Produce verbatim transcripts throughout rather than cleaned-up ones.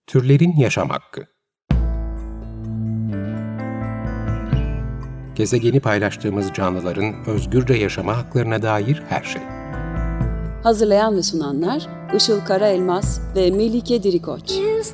Türlerin yaşam hakkı. Gezegeni paylaştığımız canlıların özgürce yaşama haklarına dair her şey. Hazırlayan ve sunanlar Işıl Karaelmaz ve Melike Dirikoç.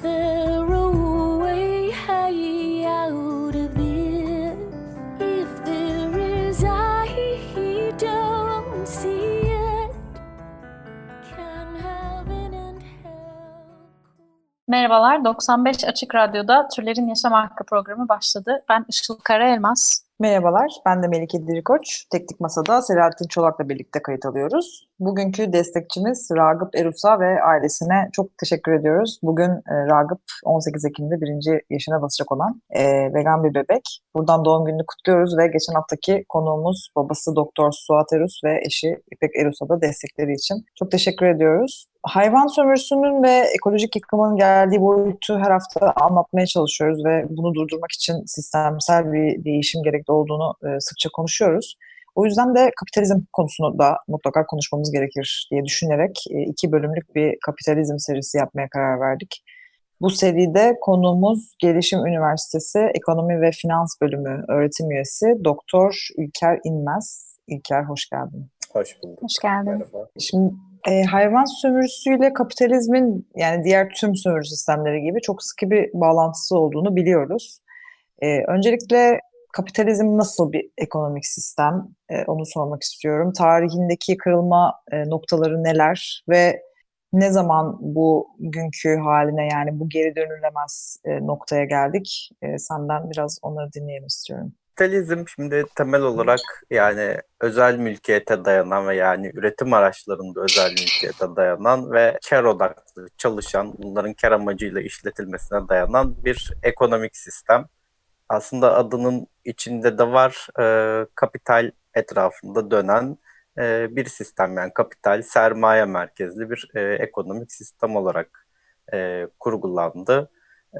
Merhabalar, doksan beş Açık Radyo'da Türlerin Yaşam Hakkı programı başladı. Ben Işıl Karaelmaz. Merhabalar, ben de Melike Dirikoç. Teknik Masa'da Selahattin Çolak'la birlikte kayıt alıyoruz. Bugünkü destekçimiz Ragıp Erus'a ve ailesine çok teşekkür ediyoruz. Bugün e, Ragıp on sekiz Ekim'de birinci yaşına basacak olan e, vegan bir bebek. Buradan doğum gününü kutluyoruz ve geçen haftaki konuğumuz babası Doktor Suat Erus ve eşi İpek Erus'a da destekleri için çok teşekkür ediyoruz. Hayvan sömürüsünün ve ekolojik yıkımın geldiği boyutu her hafta anlatmaya çalışıyoruz ve bunu durdurmak için sistemsel bir değişim gerekli olduğunu e, sıkça konuşuyoruz. O yüzden de kapitalizm konusunu da mutlaka konuşmamız gerekir diye düşünerek e, iki bölümlük bir kapitalizm serisi yapmaya karar verdik. Bu seride konuğumuz Gelişim Üniversitesi Ekonomi ve Finans Bölümü öğretim üyesi Doktor İlker İnmez. İlker, hoş geldin. Hoş bulduk. Hoş geldin. Merhaba. Şimdi e, hayvan sömürüsüyle kapitalizmin, yani diğer tüm sömürü sistemleri gibi çok sıkı bir bağlantısı olduğunu biliyoruz. E, öncelikle kapitalizm nasıl bir ekonomik sistem? E, onu sormak istiyorum. Tarihindeki kırılma e, noktaları neler ve ne zaman bu günkü haline, yani bu geri dönülemez e, noktaya geldik? E, senden biraz onları dinleyelim istiyorum. Kapitalizm şimdi temel olarak yani özel mülkiyete dayanan ve yani üretim araçlarında özel mülkiyete dayanan ve kar odaklı çalışan, bunların kar amacıyla işletilmesine dayanan bir ekonomik sistem. Aslında adının içinde de var, e, kapital etrafında dönen e, bir sistem. Yani kapital, sermaye merkezli bir e, ekonomik sistem olarak e, kurgulandı. E,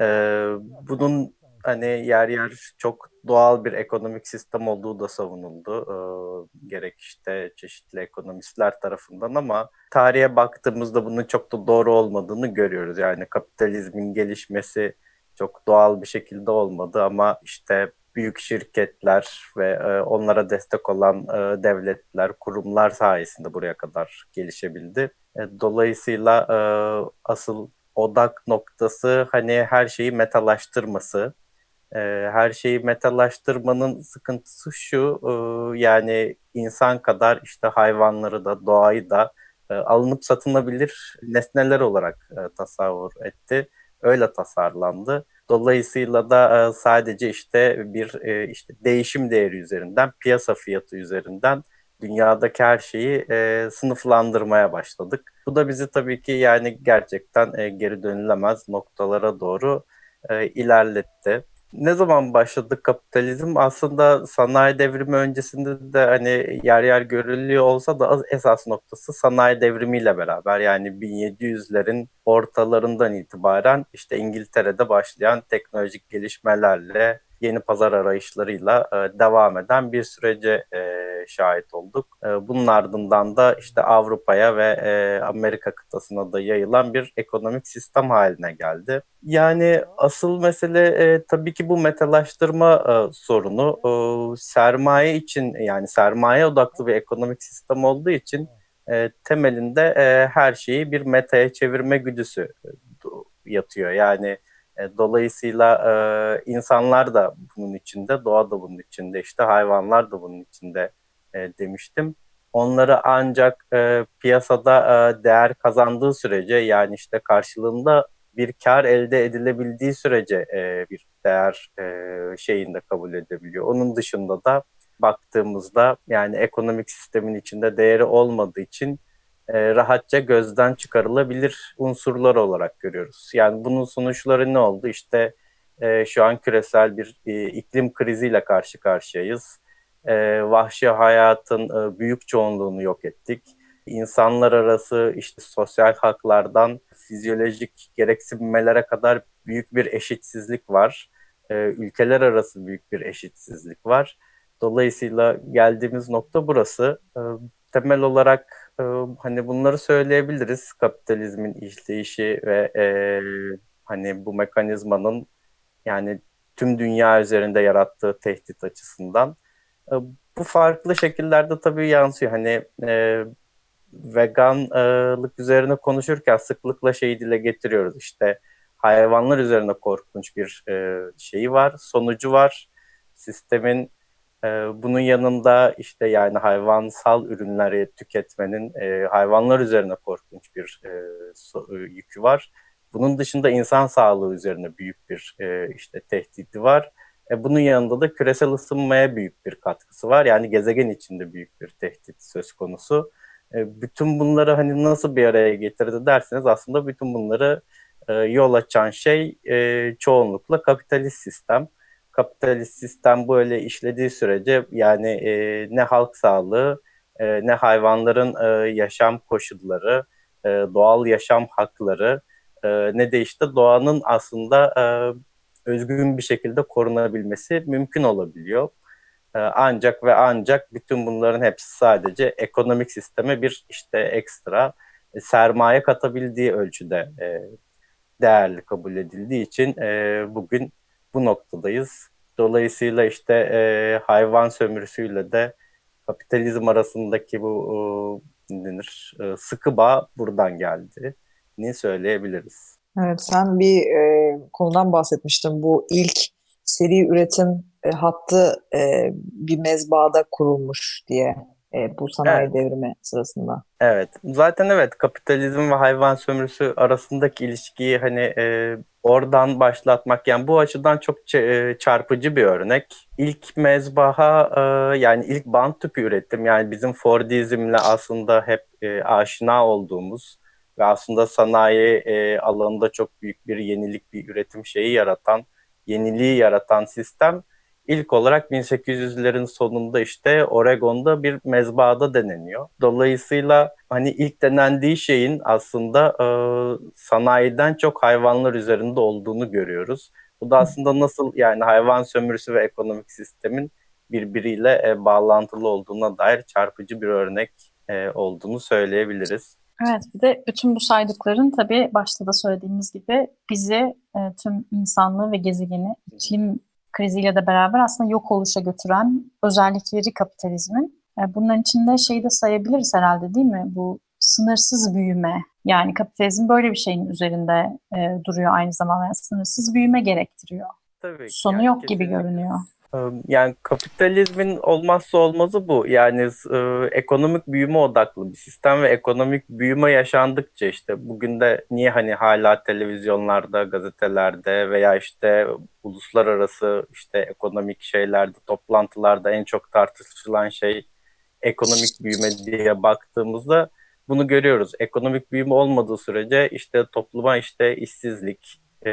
bunun hani yer yer çok doğal bir ekonomik sistem olduğu da savunuldu. E, gerek işte çeşitli ekonomistler tarafından, ama tarihe baktığımızda bunun çok da doğru olmadığını görüyoruz. Yani kapitalizmin gelişmesi çok doğal bir şekilde olmadı, ama işte büyük şirketler ve e, onlara destek olan e, devletler, kurumlar sayesinde buraya kadar gelişebildi. E, dolayısıyla e, asıl odak noktası hani her şeyi metalaştırması. E, her şeyi metalaştırmanın sıkıntısı şu, e, yani insan kadar işte hayvanları da doğayı da e, alınıp satılabilir nesneler olarak e, tasavvur etti. Öyle tasarlandı. Dolayısıyla da e, sadece işte bir e, işte değişim değeri üzerinden, piyasa fiyatı üzerinden dünyadaki her şeyi e, sınıflandırmaya başladık. Bu da bizi tabii ki yani gerçekten e, geri dönülemez noktalara doğru e, ilerletti. Ne zaman başladı kapitalizm? Aslında sanayi devrimi öncesinde de hani yer yer görülüyor olsa da esas noktası sanayi devrimiyle beraber, yani bin yedi yüzlerin ortalarından itibaren işte İngiltere'de başlayan teknolojik gelişmelerle, yeni pazar arayışlarıyla e, devam eden bir sürece e, şahit olduk. E, bunun ardından da işte Avrupa'ya ve e, Amerika kıtasına da yayılan bir ekonomik sistem haline geldi. Yani asıl mesele e, tabii ki bu metalaştırma e, sorunu. E, sermaye için, yani sermaye odaklı bir ekonomik sistem olduğu için e, temelinde e, her şeyi bir metaya çevirme güdüsü e, yatıyor. Yani e, dolayısıyla e, insanlar da bunun içinde, doğa da bunun içinde, işte hayvanlar da bunun içinde e, demiştim. Onları ancak e, piyasada e, değer kazandığı sürece, yani işte karşılığında bir kar elde edilebildiği sürece e, bir değer e, şeyinde kabul edebiliyor. Onun dışında da baktığımızda yani ekonomik sistemin içinde değeri olmadığı için e, rahatça gözden çıkarılabilir unsurlar olarak görüyoruz. Yani bunun sonuçları ne oldu? İşte e, şu an küresel bir e, iklim kriziyle karşı karşıyayız. E, vahşi hayatın e, büyük çoğunluğunu yok ettik. İnsanlar arası işte sosyal haklardan fizyolojik gereksinmelere kadar büyük bir eşitsizlik var. E, ülkeler arası büyük bir eşitsizlik var. Dolayısıyla geldiğimiz nokta burası. E, temel olarak e, hani bunları söyleyebiliriz. Kapitalizmin işleyişi ve e, Hani bu mekanizmanın yani tüm dünya üzerinde yarattığı tehdit açısından. E, bu farklı şekillerde tabii yansıyor. Hani e, veganlık üzerine konuşurken sıklıkla şeyi dile getiriyoruz. İşte hayvanlar üzerine korkunç bir e, şeyi var, sonucu var. Sistemin e, bunun yanında işte yani hayvansal ürünleri tüketmenin e, hayvanlar üzerine korkunç bir e, so, e, yükü var. Bunun dışında insan sağlığı üzerine büyük bir e, işte tehdidi var. E, bunun yanında da küresel ısınmaya büyük bir katkısı var. Yani gezegen içinde büyük bir tehdit söz konusu. E, bütün bunları hani nasıl bir araya getirdi derseniz aslında bütün bunları e, yol açan şey e, çoğunlukla kapitalist sistem. Kapitalist sistem böyle işlediği sürece yani e, ne halk sağlığı e, ne hayvanların e, yaşam koşulları, e, doğal yaşam hakları e, ne de işte doğanın aslında e, özgün bir şekilde korunabilmesi mümkün olabiliyor. E, ancak ve ancak bütün bunların hepsi sadece ekonomik sisteme bir işte ekstra e, sermaye katabildiği ölçüde e, değerli kabul edildiği için e, bugün bu noktadayız. Dolayısıyla işte e, hayvan sömürüsüyle de kapitalizm arasındaki bu e, ne denir e, sıkı bağ buradan geldiğini söyleyebiliriz. Evet, sen bir e, konudan bahsetmiştin. Bu ilk seri üretim e, hattı e, bir mezbahada kurulmuş diye e, bu sanayi Evet. devrimi sırasında. Evet. Zaten evet kapitalizm ve hayvan sömürüsü arasındaki ilişkiyi hani e, oradan başlatmak yani bu açıdan çok ç- e, çarpıcı bir örnek. İlk mezbaha e, yani ilk bant tüpü üretim yani bizim Fordizmle aslında hep e, aşina olduğumuz ve aslında sanayi e, alanında çok büyük bir yenilik bir üretim şeyi yaratan, yeniliği yaratan sistem İlk olarak bin sekiz yüzlerin sonunda işte Oregon'da bir mezbahada deneniyor. Dolayısıyla hani ilk denendiği şeyin aslında e, sanayiden çok hayvanlar üzerinde olduğunu görüyoruz. Bu da aslında nasıl yani hayvan sömürüsü ve ekonomik sistemin birbiriyle e, bağlantılı olduğuna dair çarpıcı bir örnek e, olduğunu söyleyebiliriz. Evet, bir de bütün bu saydıkların tabii başta da söylediğimiz gibi bizi e, tüm insanlığı ve gezegeni iklim kriziyle de beraber aslında yok oluşa götüren özellikleri kapitalizmin. E, bunların içinde şeyi de sayabiliriz herhalde değil mi? Bu sınırsız büyüme. Yani kapitalizm böyle bir şeyin üzerinde e, duruyor aynı zamanda. Yani sınırsız büyüme gerektiriyor. Tabii ki Sonu yani yok gibi kesinlikle. görünüyor. Yani kapitalizmin olmazsa olmazı bu. Yani e, ekonomik büyüme odaklı bir sistem ve ekonomik büyüme yaşandıkça işte bugün de niye hani hala televizyonlarda, gazetelerde veya işte uluslararası işte ekonomik şeylerde, toplantılarda en çok tartışılan şey ekonomik büyüme diye baktığımızda bunu görüyoruz. Ekonomik büyüme olmadığı sürece işte topluma işte işsizlik, e,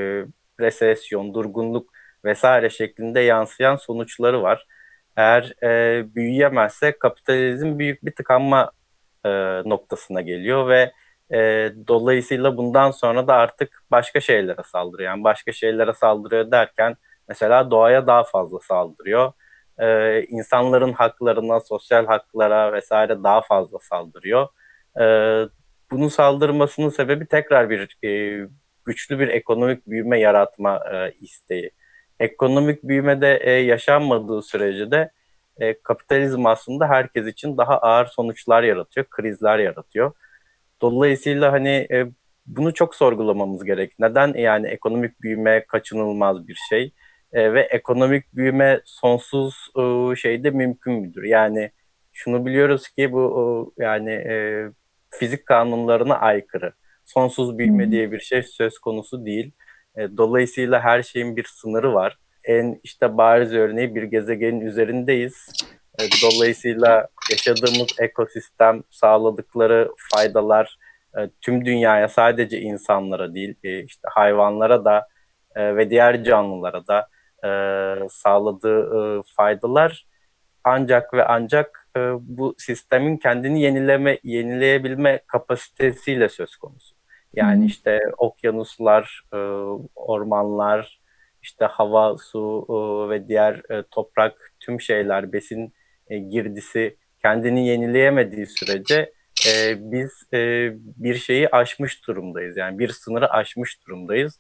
resesyon, durgunluk vesaire şeklinde yansıyan sonuçları var. Eğer e, büyüyemezse kapitalizm büyük bir tıkanma e, noktasına geliyor ve e, dolayısıyla bundan sonra da artık başka şeylere saldırıyor. Yani başka şeylere saldırıyor derken mesela doğaya daha fazla saldırıyor. E, insanların haklarına, sosyal haklara vesaire daha fazla saldırıyor. E, bunun saldırmasının sebebi tekrar bir e, güçlü bir ekonomik büyüme yaratma e, isteği. Ekonomik büyümede e, yaşanmadığı sürece de e, kapitalizm aslında herkes için daha ağır sonuçlar yaratıyor, krizler yaratıyor. Dolayısıyla hani e, bunu çok sorgulamamız gerek. Neden yani ekonomik büyüme kaçınılmaz bir şey E, ve ekonomik büyüme sonsuz e, şeyde mümkün müdür? Yani şunu biliyoruz ki bu e, yani e, fizik kanunlarına aykırı. Sonsuz büyüme diye bir şey söz konusu değil. E, dolayısıyla her şeyin bir sınırı var. En işte bariz örneği bir gezegenin üzerindeyiz. E, dolayısıyla yaşadığımız ekosistem, sağladıkları faydalar e, tüm dünyaya sadece insanlara değil, e, işte hayvanlara da e, ve diğer canlılara da e, sağladığı e, faydalar ancak ve ancak e, bu sistemin kendini yenileme, yenileyebilme kapasitesiyle söz konusu. Yani işte okyanuslar, e, ormanlar, işte hava, su e, ve diğer e, toprak, tüm şeyler, besin e, girdisi kendini yenileyemediği sürece e, biz e, bir şeyi aşmış durumdayız. Yani bir sınırı aşmış durumdayız.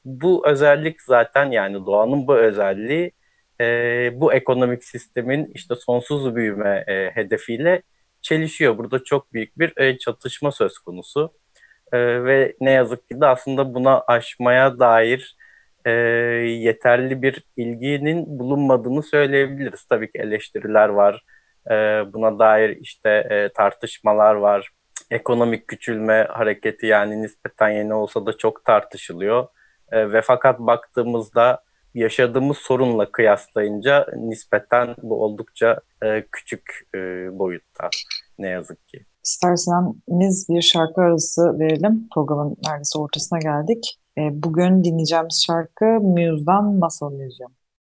bu özellik zaten yani doğanın bu özelliği e, bu ekonomik sistemin işte sonsuz büyüme e, hedefiyle çelişiyor. Burada çok büyük bir e, çatışma söz konusu. E, ve ne yazık ki de aslında buna aşmaya dair e, yeterli bir ilginin bulunmadığını söyleyebiliriz. Tabii ki eleştiriler var. E, buna dair işte e, tartışmalar var. Ekonomik küçülme hareketi yani nispeten yeni olsa da çok tartışılıyor. E, ve fakat baktığımızda yaşadığımız sorunla kıyaslayınca nispeten bu oldukça e, küçük e, boyutta ne yazık ki. İsterseniz bir şarkı arası verelim. Programın neredeyse ortasına geldik. E, bugün dinleyeceğimiz şarkı Muse'dan Masal Museum.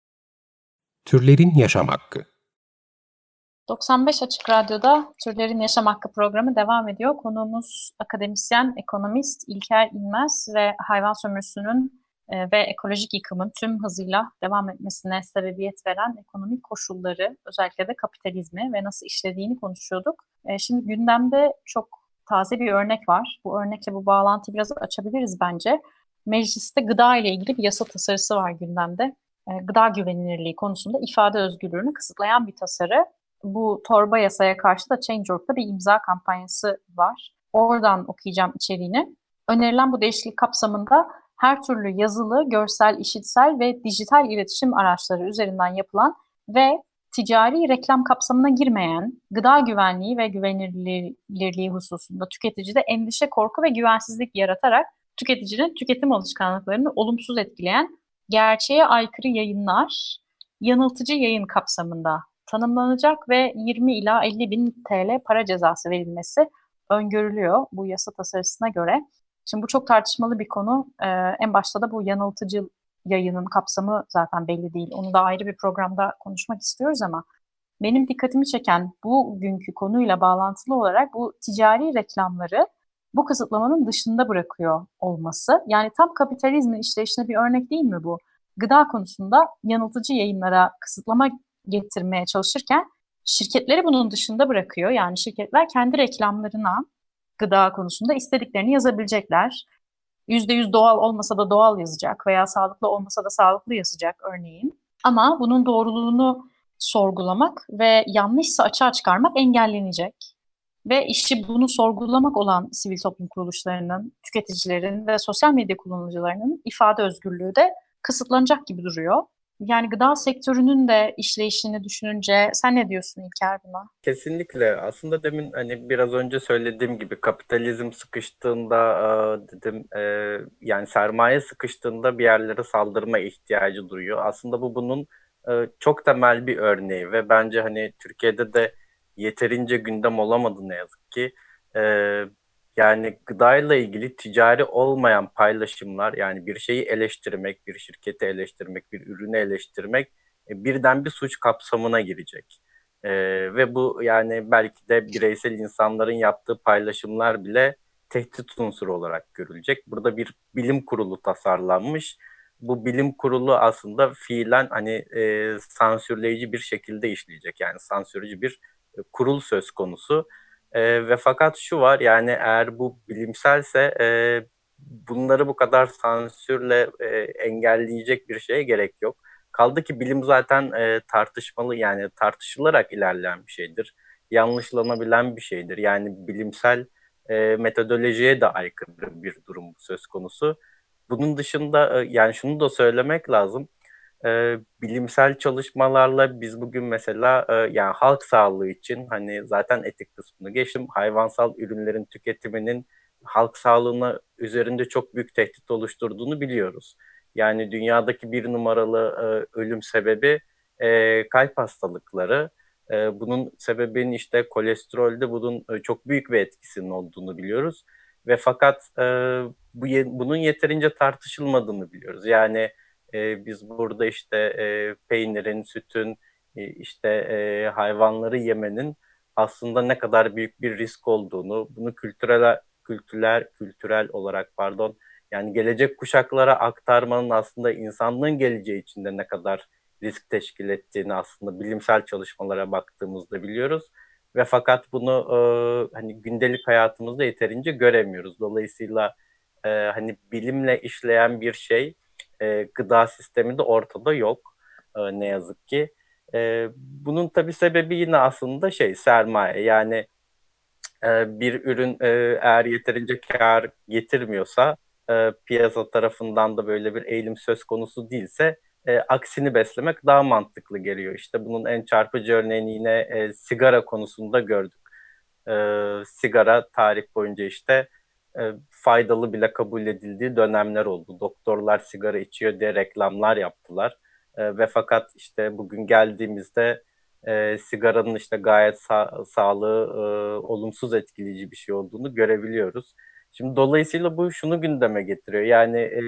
Türlerin Yaşam Hakkı. doksan beş Açık Radyo'da Türlerin Yaşam Hakkı programı devam ediyor. Konuğumuz akademisyen, ekonomist İlker İlmez ve hayvan sömürüsünün e, ve ekolojik yıkımın tüm hızıyla devam etmesine sebebiyet veren ekonomik koşulları, özellikle de kapitalizmi ve nasıl işlediğini konuşuyorduk. E, şimdi gündemde çok taze bir örnek var. Bu örnekle bu bağlantıyı biraz açabiliriz bence. Mecliste gıda ile ilgili bir yasa tasarısı var gündemde. E, gıda güvenilirliği konusunda ifade özgürlüğünü kısıtlayan bir tasarı. Bu torba yasaya karşı da Change nokta org'da bir imza kampanyası var. Oradan okuyacağım içeriğini. Önerilen bu değişiklik kapsamında her türlü yazılı, görsel, işitsel ve dijital iletişim araçları üzerinden yapılan ve ticari reklam kapsamına girmeyen gıda güvenliği ve güvenilirliği hususunda tüketicide endişe, korku ve güvensizlik yaratarak tüketicinin tüketim alışkanlıklarını olumsuz etkileyen gerçeğe aykırı yayınlar, yanıltıcı yayın kapsamında tanımlanacak ve yirmi ila elli bin T L para cezası verilmesi öngörülüyor bu yasa tasarısına göre. Şimdi bu çok tartışmalı bir konu. Ee, en başta da bu yanıltıcı yayının kapsamı zaten belli değil. Onu da ayrı bir programda konuşmak istiyoruz ama benim dikkatimi çeken bugünkü konuyla bağlantılı olarak bu ticari reklamları bu kısıtlamanın dışında bırakıyor olması. Yani tam kapitalizmin işleyişine bir örnek değil mi bu? Gıda konusunda yanıltıcı yayınlara kısıtlama getirmeye çalışırken şirketleri bunun dışında bırakıyor. Yani şirketler kendi reklamlarına gıda konusunda istediklerini yazabilecekler. yüzde yüz doğal olmasa da doğal yazacak veya sağlıklı olmasa da sağlıklı yazacak örneğin. Ama bunun doğruluğunu sorgulamak ve yanlışsa açığa çıkarmak engellenecek. Ve işi bunu sorgulamak olan sivil toplum kuruluşlarının, tüketicilerin ve sosyal medya kullanıcılarının ifade özgürlüğü de kısıtlanacak gibi duruyor. Yani gıda sektörünün de işleyişini düşününce sen ne diyorsun İlker buna? Kesinlikle. Aslında demin hani biraz önce söylediğim gibi kapitalizm sıkıştığında dedim yani sermaye sıkıştığında bir yerlere saldırma ihtiyacı duyuyor. Aslında bu bunun çok temel bir örneği ve bence hani Türkiye'de de yeterince gündem olamadı ne yazık ki. Yani gıdayla ilgili ticari olmayan paylaşımlar, yani bir şeyi eleştirmek, bir şirketi eleştirmek, bir ürünü eleştirmek e, birden bir suç kapsamına girecek. E, ve bu yani belki de bireysel insanların yaptığı paylaşımlar bile tehdit unsuru olarak görülecek. Burada bir bilim kurulu tasarlanmış. Bu bilim kurulu aslında fiilen hani e, sansürleyici bir şekilde işleyecek. Yani sansürcü bir e, kurul söz konusu. E, ve fakat şu var, yani eğer bu bilimselse e, bunları bu kadar sansürle e, engelleyecek bir şeye gerek yok. Kaldı ki bilim zaten e, tartışmalı, yani tartışılarak ilerleyen bir şeydir. Yanlışlanabilen bir şeydir. Yani bilimsel e, metodolojiye de aykırı bir durum söz konusu. Bunun dışında e, yani şunu da söylemek lazım. E, bilimsel çalışmalarla biz bugün mesela e, yani halk sağlığı için hani zaten etik kısmını geçtim, hayvansal ürünlerin tüketiminin halk sağlığına üzerinde çok büyük tehdit oluşturduğunu biliyoruz. Yani dünyadaki bir numaralı e, ölüm sebebi e, kalp hastalıkları. E, bunun sebebinin işte kolesterolde bunun e, çok büyük bir etkisinin olduğunu biliyoruz. Ve fakat e, bu bunun yeterince tartışılmadığını biliyoruz. Yani e, biz burada işte e, peynirin, sütün, e, işte e, hayvanları yemenin aslında ne kadar büyük bir risk olduğunu, bunu kültürel kültürel kültürel olarak pardon, yani gelecek kuşaklara aktarmanın aslında insanlığın geleceği için de ne kadar risk teşkil ettiğini aslında bilimsel çalışmalara baktığımızda biliyoruz. Ve fakat bunu e, hani gündelik hayatımızda yeterince göremiyoruz. Dolayısıyla e, hani bilimle işleyen bir şey e, gıda sisteminde ortada yok e, ne yazık ki. E, bunun tabii sebebi yine aslında şey sermaye. Yani e, bir ürün e, eğer yeterince kar getirmiyorsa e, piyasa tarafından da böyle bir eğilim söz konusu değilse e, aksini beslemek daha mantıklı geliyor. İşte bunun en çarpıcı örneğini yine e, sigara konusunda gördük. E, sigara tarih boyunca işte e, faydalı bile kabul edildiği dönemler oldu. Doktorlar sigara içiyor diye reklamlar yaptılar. E, ve fakat işte bugün geldiğimizde e, sigaranın işte gayet sa- sağlığı e, olumsuz etkileyici bir şey olduğunu görebiliyoruz. Şimdi dolayısıyla bu şunu gündeme getiriyor. Yani e,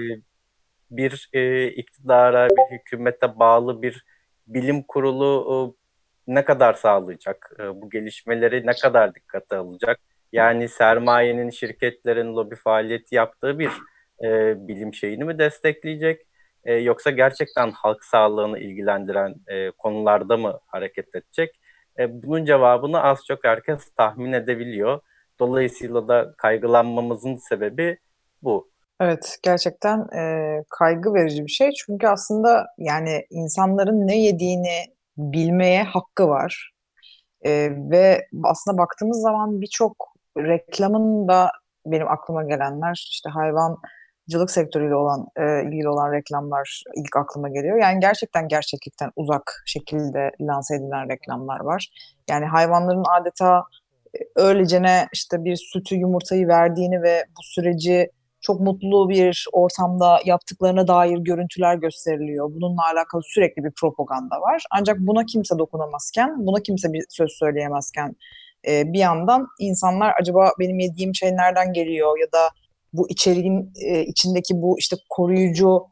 bir e, iktidara, bir hükümete bağlı bir bilim kurulu e, ne kadar sağlayacak? E, bu gelişmeleri ne kadar dikkate alacak? Yani sermayenin, şirketlerin lobi faaliyeti yaptığı bir e, bilim şeyini mi destekleyecek? E, yoksa gerçekten halk sağlığını ilgilendiren e, konularda mı hareket edecek? E, bunun cevabını az çok herkes tahmin edebiliyor. Dolayısıyla da kaygılanmamızın sebebi bu. Evet, gerçekten e, kaygı verici bir şey. Çünkü aslında yani insanların ne yediğini bilmeye hakkı var. E, ve aslında baktığımız zaman birçok reklamın da benim aklıma gelenler işte hayvancılık sektörüyle olan e, ilgili olan reklamlar ilk aklıma geliyor. Yani gerçekten gerçeklikten uzak şekilde lanse edilen reklamlar var. Yani hayvanların adeta öylecene işte bir sütü yumurtayı verdiğini ve bu süreci çok mutlu bir ortamda yaptıklarına dair görüntüler gösteriliyor. Bununla alakalı sürekli bir propaganda var. Ancak buna kimse dokunamazken, buna kimse bir söz söyleyemezken e, bir yandan insanlar acaba benim yediğim şey nereden geliyor ya da bu içeriğin e, içindeki bu işte koruyucu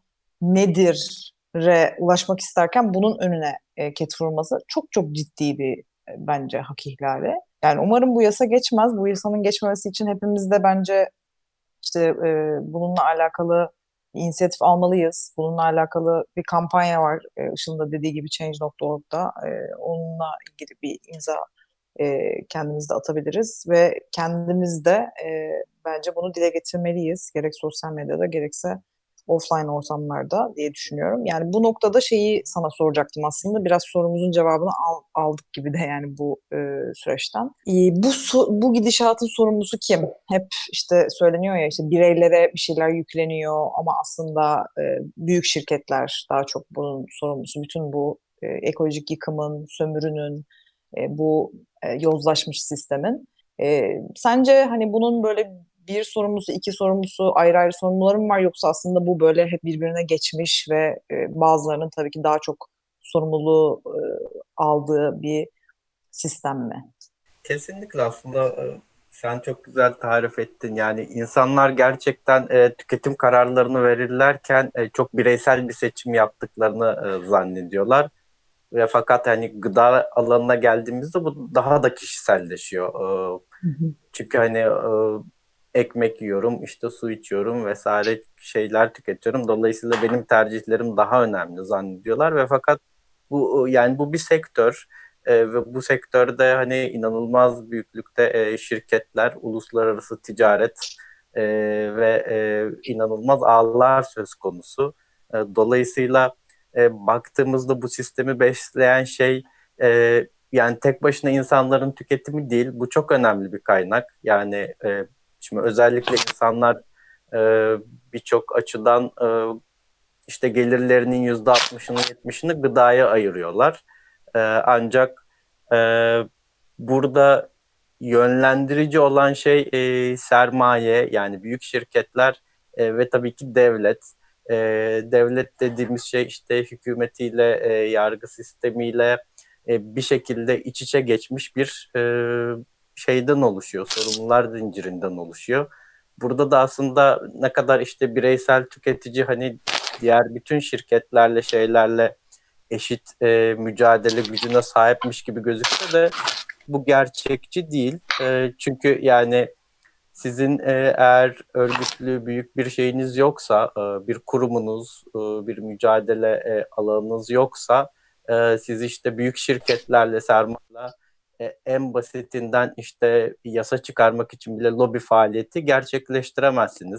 nedir re ulaşmak isterken bunun önüne e, ket vurması çok çok ciddi bir e, bence hak ihlali. Yani umarım bu yasa geçmez. Bu yasanın geçmemesi için hepimiz de bence işte e, bununla alakalı bir inisiyatif almalıyız. Bununla alakalı bir kampanya var. E, Işıl'ın da dediği gibi change nokta org'da. E, onunla ilgili bir imza e, kendimiz de atabiliriz ve kendimiz de e, bence bunu dile getirmeliyiz. Gerek sosyal medyada gerekse offline ortamlarda diye düşünüyorum. Yani bu noktada şeyi sana soracaktım aslında. Biraz sorumuzun cevabını al- aldık gibi de yani bu e, süreçten. E, bu so- bu gidişatın sorumlusu kim? Hep işte söyleniyor ya işte bireylere bir şeyler yükleniyor ama aslında e, büyük şirketler daha çok bunun sorumlusu. Bütün bu e, ekolojik yıkımın, sömürünün, e, bu e, yozlaşmış sistemin. E, sence hani bunun böyle bir sorumlusu, iki sorumlusu, ayrı ayrı sorumluları mı var yoksa aslında bu böyle hep birbirine geçmiş ve e, bazılarının tabii ki daha çok sorumluluğu e, aldığı bir sistem mi? Kesinlikle aslında e, sen çok güzel tarif ettin. Yani insanlar gerçekten e, tüketim kararlarını verirlerken e, çok bireysel bir seçim yaptıklarını e, zannediyorlar. Ve fakat hani gıda alanına geldiğimizde bu daha da kişiselleşiyor. E, Hı hı. çünkü hani e, ekmek yiyorum, işte su içiyorum vesaire şeyler tüketiyorum. Dolayısıyla benim tercihlerim daha önemli zannediyorlar ve fakat bu yani bu bir sektör. E, ve bu sektörde hani inanılmaz büyüklükte e, şirketler, uluslararası ticaret e, ve e, inanılmaz ağlar söz konusu. E, dolayısıyla e, baktığımızda bu sistemi besleyen şey e, yani tek başına insanların tüketimi değil. Bu çok önemli bir kaynak. Yani e, şimdi özellikle insanlar e, birçok açıdan e, işte gelirlerinin yüzde altmışını yetmişini gıdaya ayırıyorlar. E, ancak e, burada yönlendirici olan şey e, sermaye yani büyük şirketler e, ve tabii ki devlet. E, devlet dediğimiz şey işte hükümetiyle, e, yargı sistemiyle e, bir şekilde iç içe geçmiş bir e, şeyden oluşuyor, sorumlular zincirinden oluşuyor. Burada da aslında ne kadar işte bireysel tüketici hani diğer bütün şirketlerle şeylerle eşit e, mücadele gücüne sahipmiş gibi gözükse de bu gerçekçi değil. E, çünkü yani sizin e, eğer örgütlü büyük bir şeyiniz yoksa, e, bir kurumunuz, e, bir mücadele e, alanınız yoksa, e, siz işte büyük şirketlerle, sermayeyle e, en basitinden işte yasa çıkarmak için bile lobi faaliyeti gerçekleştiremezsiniz.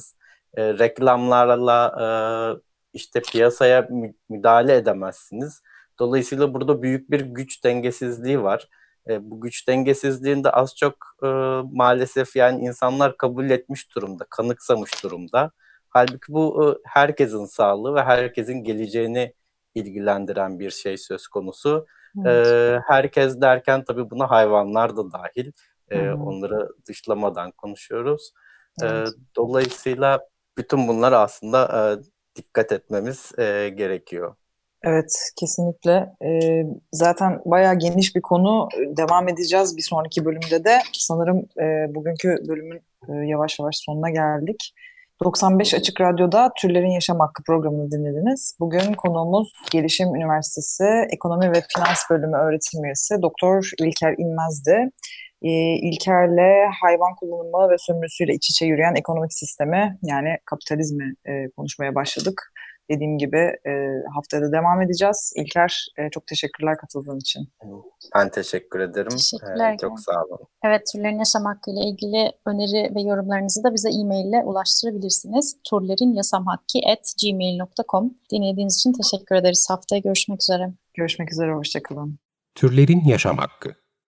e, reklamlarla e, işte piyasaya mü- müdahale edemezsiniz. Dolayısıyla burada büyük bir güç dengesizliği var. E, bu güç dengesizliğinde az çok e, maalesef yani insanlar kabul etmiş durumda, kanıksamış durumda. Halbuki bu e, herkesin sağlığı ve herkesin geleceğini ilgilendiren bir şey söz konusu. Evet. E, herkes derken tabii buna hayvanlar da dahil. E, Hı hı. onları dışlamadan konuşuyoruz. Evet. E, dolayısıyla bütün bunlar aslında e, dikkat etmemiz e, gerekiyor. Evet, kesinlikle. Ee, zaten bayağı geniş bir konu. Devam edeceğiz bir sonraki bölümde de. Sanırım e, bugünkü bölümün e, yavaş yavaş sonuna geldik. doksan beş Açık Radyo'da Türlerin Yaşam Hakkı programını dinlediniz. Bugün konuğumuz Gelişim Üniversitesi Ekonomi ve Finans Bölümü öğretim üyesi Doktor İlker İlmez'di. Ee, İlker'le hayvan kullanımı ve sömürüsüyle iç içe yürüyen ekonomik sistemi, yani kapitalizmi e, konuşmaya başladık. Dediğim gibi e, haftaya da devam edeceğiz. İlker, e, çok teşekkürler katıldığın için. Ben teşekkür ederim. Teşekkürler. E, çok sağ olun. Evet, türlerin yaşam hakkı ile ilgili öneri ve yorumlarınızı da bize e-mail ile ulaştırabilirsiniz. turlerinyasamhakki at gmail nokta com. Dinlediğiniz için teşekkür ederiz. Haftaya görüşmek üzere. Görüşmek üzere, hoşçakalın. Türlerin Yaşam Hakkı.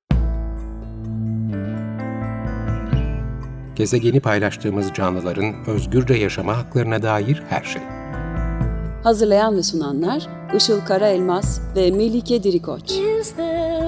Gezegeni paylaştığımız canlıların özgürce yaşama haklarına dair her şey. Hazırlayan ve sunanlar Işıl Karaelmaz ve Melike Dirikoç. Is there